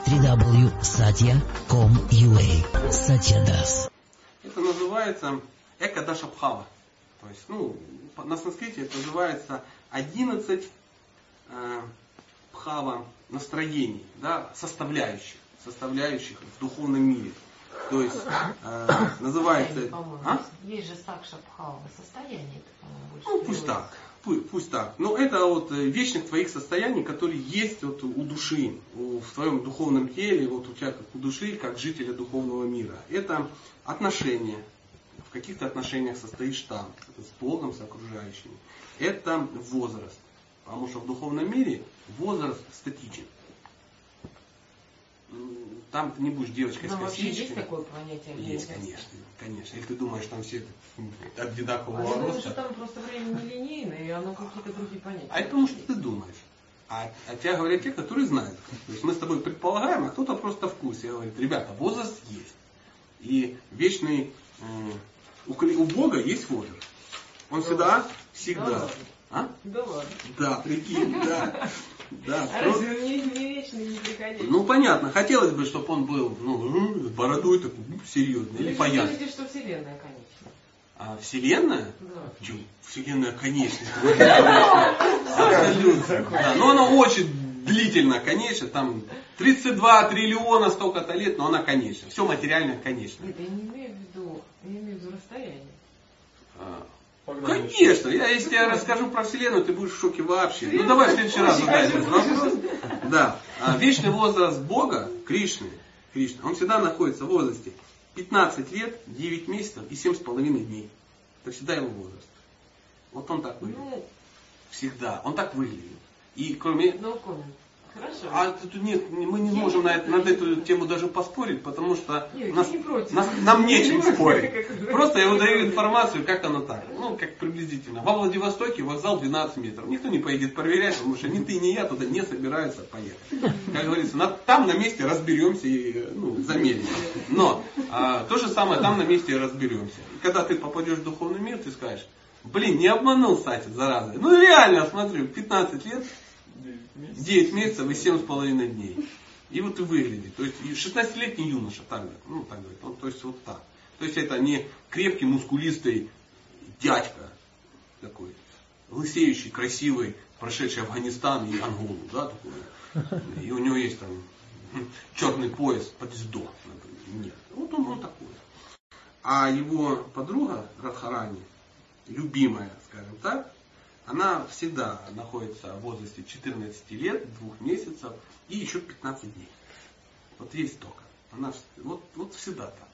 www.satya.com.ua Satya Das. Это называется Экадашабхава. То есть, на санскрите это называется 11 бхава настроений, да, составляющих в духовном мире. То есть называется... Есть же сакша бхава, состояние. Пусть так. Но это вот вечных твоих состояний, которые есть вот у души, в твоем духовном теле, вот у тебя как у души, как жителя духовного мира. Это отношения. В каких-то отношениях состоишь там, с Богом, с окружающими. Это возраст. Потому что в духовном мире возраст статичен. Там ты не будешь девочкой с косичкой. Вообще есть такое понятие? Есть, конечно. Если ты думаешь, там все одинакового роста. Я думаю, что там просто время нелинейное, и оно какие-то другие понятия. А это потому, что ты думаешь. А тебе говорят те, которые знают. То есть мы с тобой предполагаем, а кто-то просто в курсе. Говорит, ребята, возраст есть. И вечный... У Бога есть возраст. Он всегда. Да ладно. Да, прикинь, да. Да, а разве он не вечный, не приходящий? Ну понятно, хотелось бы, чтобы он был с бородой такой серьезный. Или понятно. Вы что Вселенная конечна. А Вселенная? Да. Вселенная конечна. Абсолютно. Да, но она очень длительно конечна. Там 32 триллиона столько-то лет, но она конечна. Все материально конечно. Нет, я не имею в виду, расстояние. Конечно, если я расскажу про Вселенную, ты будешь в шоке вообще. Ну давай в следующий раз задай этот вопрос. Да. Вечный возраст Бога, Кришны, он всегда находится в возрасте 15 лет, 9 месяцев и 7,5 дней. Это всегда его возраст. Вот он так выглядит. Всегда. Он так выглядит. И кроме... Хорошо. А тут нет, мы не можем над эту тему даже поспорить, потому что нам нечем спорить. Просто я выдаю информацию, как оно так. Как приблизительно. Во Владивостоке вокзал 12 метров. Никто не поедет проверять, потому что ни ты, ни я туда не собираются поехать. Как говорится, там на месте разберемся и замерим. Но то же самое, там на месте разберемся. И когда ты попадешь в духовный мир, ты скажешь, не обманул Сатя, зараза. Реально, смотрю, 15 лет, 9 месяцев и 7,5 дней. И вот и выглядит. То есть 16-летний юноша, так говорит. То есть вот так. То есть это не крепкий, мускулистый дядька такой, лысеющий, красивый, прошедший Афганистан и Анголу, да, такой. И у него есть там черный пояс под издо, например. Нет. Вот он такой. А его подруга Радхарани, любимая, скажем так, она всегда находится в возрасте 14 лет, 2 месяцев и еще 15 дней. Вот есть столько. Она вот всегда так.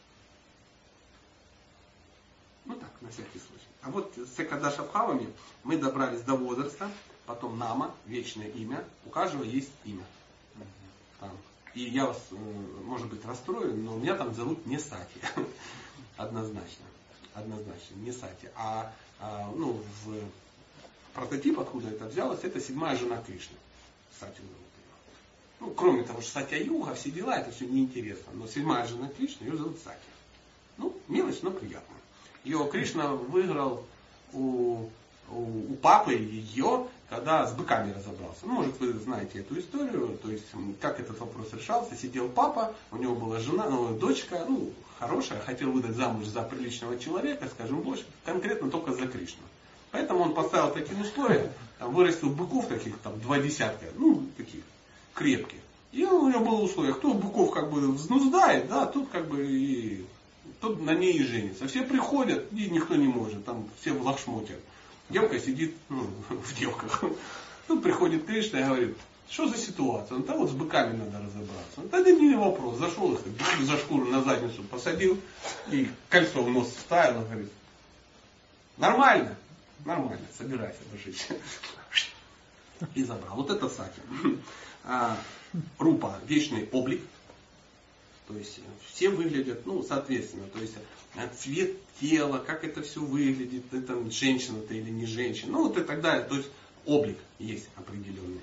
Так, на всякий случай. А вот с Экадашабхавами мы добрались до возраста, потом Нама, вечное имя. У каждого есть имя. И я вас, может быть, расстрою, но меня там зовут не Сати. Однозначно, не Сати. В прототип, откуда это взялось, это 7-я жена Кришны. Сати зовут ее. Кроме того, что Сатья-юга, все дела, это все неинтересно. Но 7-я жена Кришны, ее зовут Сати. Мелочь, но приятно. Ее Кришна выиграл у папы ее, когда с быками разобрался. Может, вы знаете эту историю, то есть, как этот вопрос решался. Сидел папа, у него была жена, дочка, хорошая, хотел выдать замуж за приличного человека, скажем больше, конкретно только за Кришну. Поэтому он поставил такие условия, вырастил быков таких, 2 десятка, таких крепких. И у него было условие, кто быков взнуздает, да, тот тот на ней и женится. Все приходят, и никто не может, там все в лохшмоте. Девка сидит в девках. Тут приходит Кришна и говорит, что за ситуация? Вот с быками надо разобраться. Это не вопрос. Зашел их, за шкуру на задницу посадил и кольцо в нос вставил и говорит, нормально, собирайся жить. И забрал. Вот это Сати. Рупа, вечный облик. То есть все выглядят, соответственно, то есть цвет тела, как это все выглядит, это женщина-то или не женщина, и так далее. То есть облик есть определенный,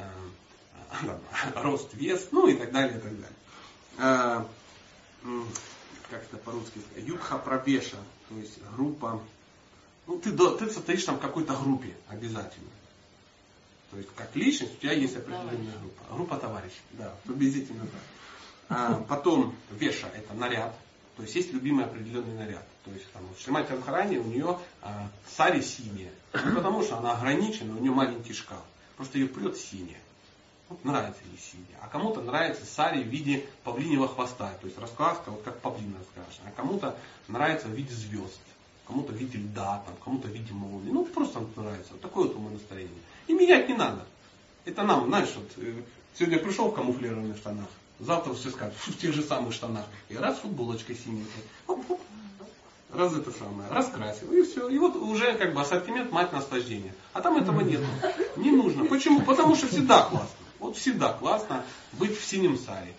рост, вес, и так далее, и так далее. Как это по-русски сказать? Юдха Прабеша, то есть группа. Ты состоишь там в какой-то группе обязательно. То есть как личность у тебя есть определенная группа. Группа товарищей, да, приблизительно так. Потом веша это наряд. То есть есть любимый определенный наряд. То есть там, в Шримати Радхарани у нее сари синяя. Не потому что она ограничена, у нее маленький шкаф. Просто ее прет синяя. Вот нравится ей синяя. А кому-то нравится сари в виде павлиньего хвоста. То есть раскраска, вот как павлин раскрашена. А кому-то нравится в виде звезд. Кому-то в виде льда, там, кому-то в виде молнии. Ну просто нравится. Вот такое вот умонастроение. И менять не надо. Это нам, знаешь, вот сегодня пришел в камуфлированных штанах. Завтра все скажут, в тех же самых штанах. И раз футболочкой синенькой. Раз это самое, раскрасил. И все. И вот уже как бы ассортимент мать наслаждения. А там этого нет. Не нужно. Почему? Потому что всегда классно. Вот всегда классно быть в синем саре.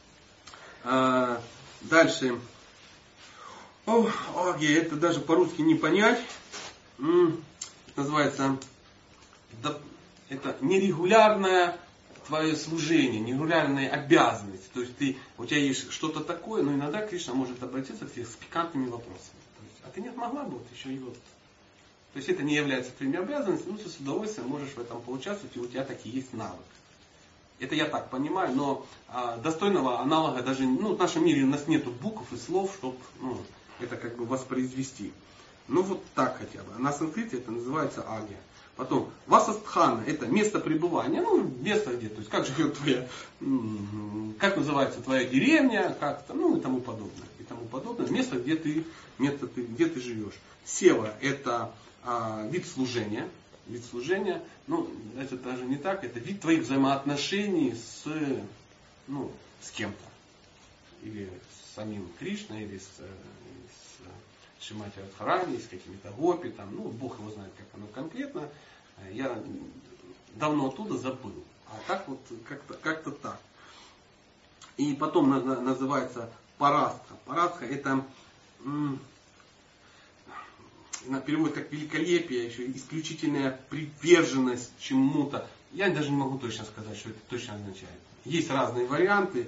Дальше. Это даже по-русски не понять. Называется это нерегулярное твое служение, нерегулярные обязанности. То есть у тебя есть что-то такое, но иногда Кришна может обратиться к тебе с пикантными вопросами. То есть, а ты не могла бы вот еще и вот. То есть это не является твоими обязанностями, но ты с удовольствием можешь в этом поучаствовать, и у тебя таки есть навык. Это я так понимаю, но достойного аналога даже в нашем мире у нас нету букв и слов, чтобы это как бы воспроизвести. Ну вот так хотя бы. На санскрите это называется агья. Потом васастхана это место пребывания, место где, то есть как живет твоя, как называется твоя деревня, как-то, и тому подобное. И тому подобное. Место, где ты живешь. Сева это вид служения. Вид служения, это даже не так, это вид твоих взаимоотношений с кем-то. Или с самим Кришной, или с Шримати Радхарани, с какими-то гопи, Бог его знает, как оно конкретно. Я давно оттуда забыл. А так вот, как-то так. И потом называется парастха. Парастха это перевод как великолепие, еще исключительная приверженность чему-то. Я даже не могу точно сказать, что это точно означает. Есть разные варианты.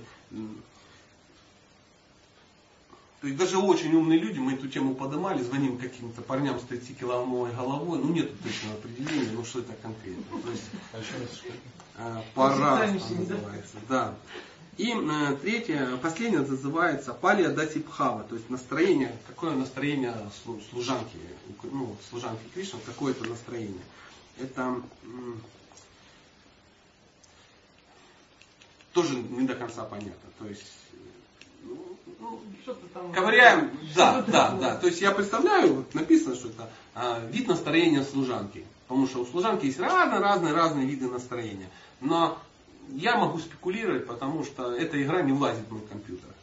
То есть даже очень умные люди, мы эту тему поднимали, звоним каким-то парням с 30-килограммовой головой, нету точного определения, что это конкретно. То есть парастха называется. Да. И третье, последнее называется палия дасибхава, то есть настроение, какое настроение служанки, служанки Кришны, какое-то настроение. Это тоже не до конца понятно. То есть ковыряем, да. То есть я представляю, написано, что это вид настроения служанки. Потому что у служанки есть разные виды настроения. Но я могу спекулировать, потому что эта игра не влазит в мой компьютер.